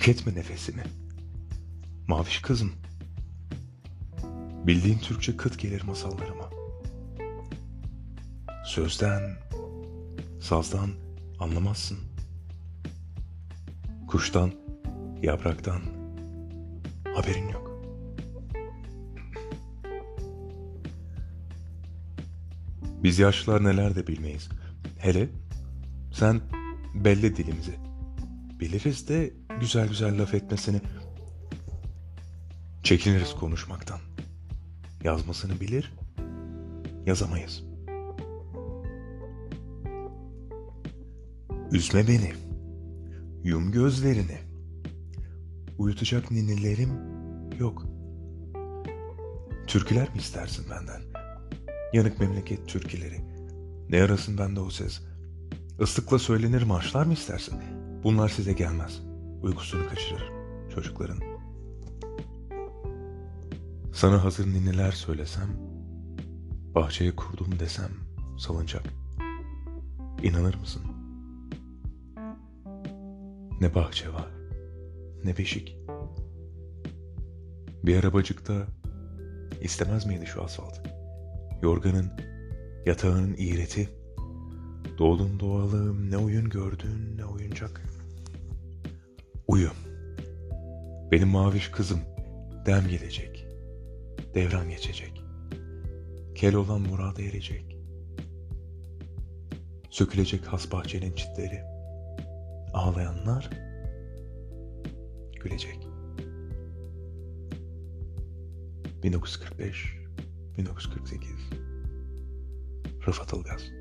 Tüketme nefesimi. Maviş kızım. Bildiğin Türkçe kıt gelir masallarıma. Sözden, sazdan anlamazsın. Kuştan, yapraktan haberin yok. Biz yaşlılar neler de bilmeyiz. Hele sen belli dilimizi. Biliriz de güzel güzel laf etmesini. Çekiniriz konuşmaktan. Yazmasını bilir, yazamayız. Üzme beni, yum gözlerini. Uyutacak ninnilerim yok. Türküler mi istersin benden? Yanık memleket türküleri. Ne yarasın bende o ses? Islıkla söylenir marşlar mı istersin? Bunlar size gelmez. Uykusunu kaçırır çocukların. Sana hazır ninniler söylesem, bahçeye kurdum desem salıncak. İnanır mısın? Ne bahçe var, ne beşik. Bir arabacıkta istemez miydi şu asfalt? Yorganın, yatağının iğreti. Doğdun doğalım, ne oyun gördün, ne oyuncak. Uyu. Benim maviş kızım, dem gelecek. Devran geçecek. Kel olan murada erecek. Sökülecek has bahçenin çitleri. Ağlayanlar gülecek. 1945-1948 Rıfat Ilgaz.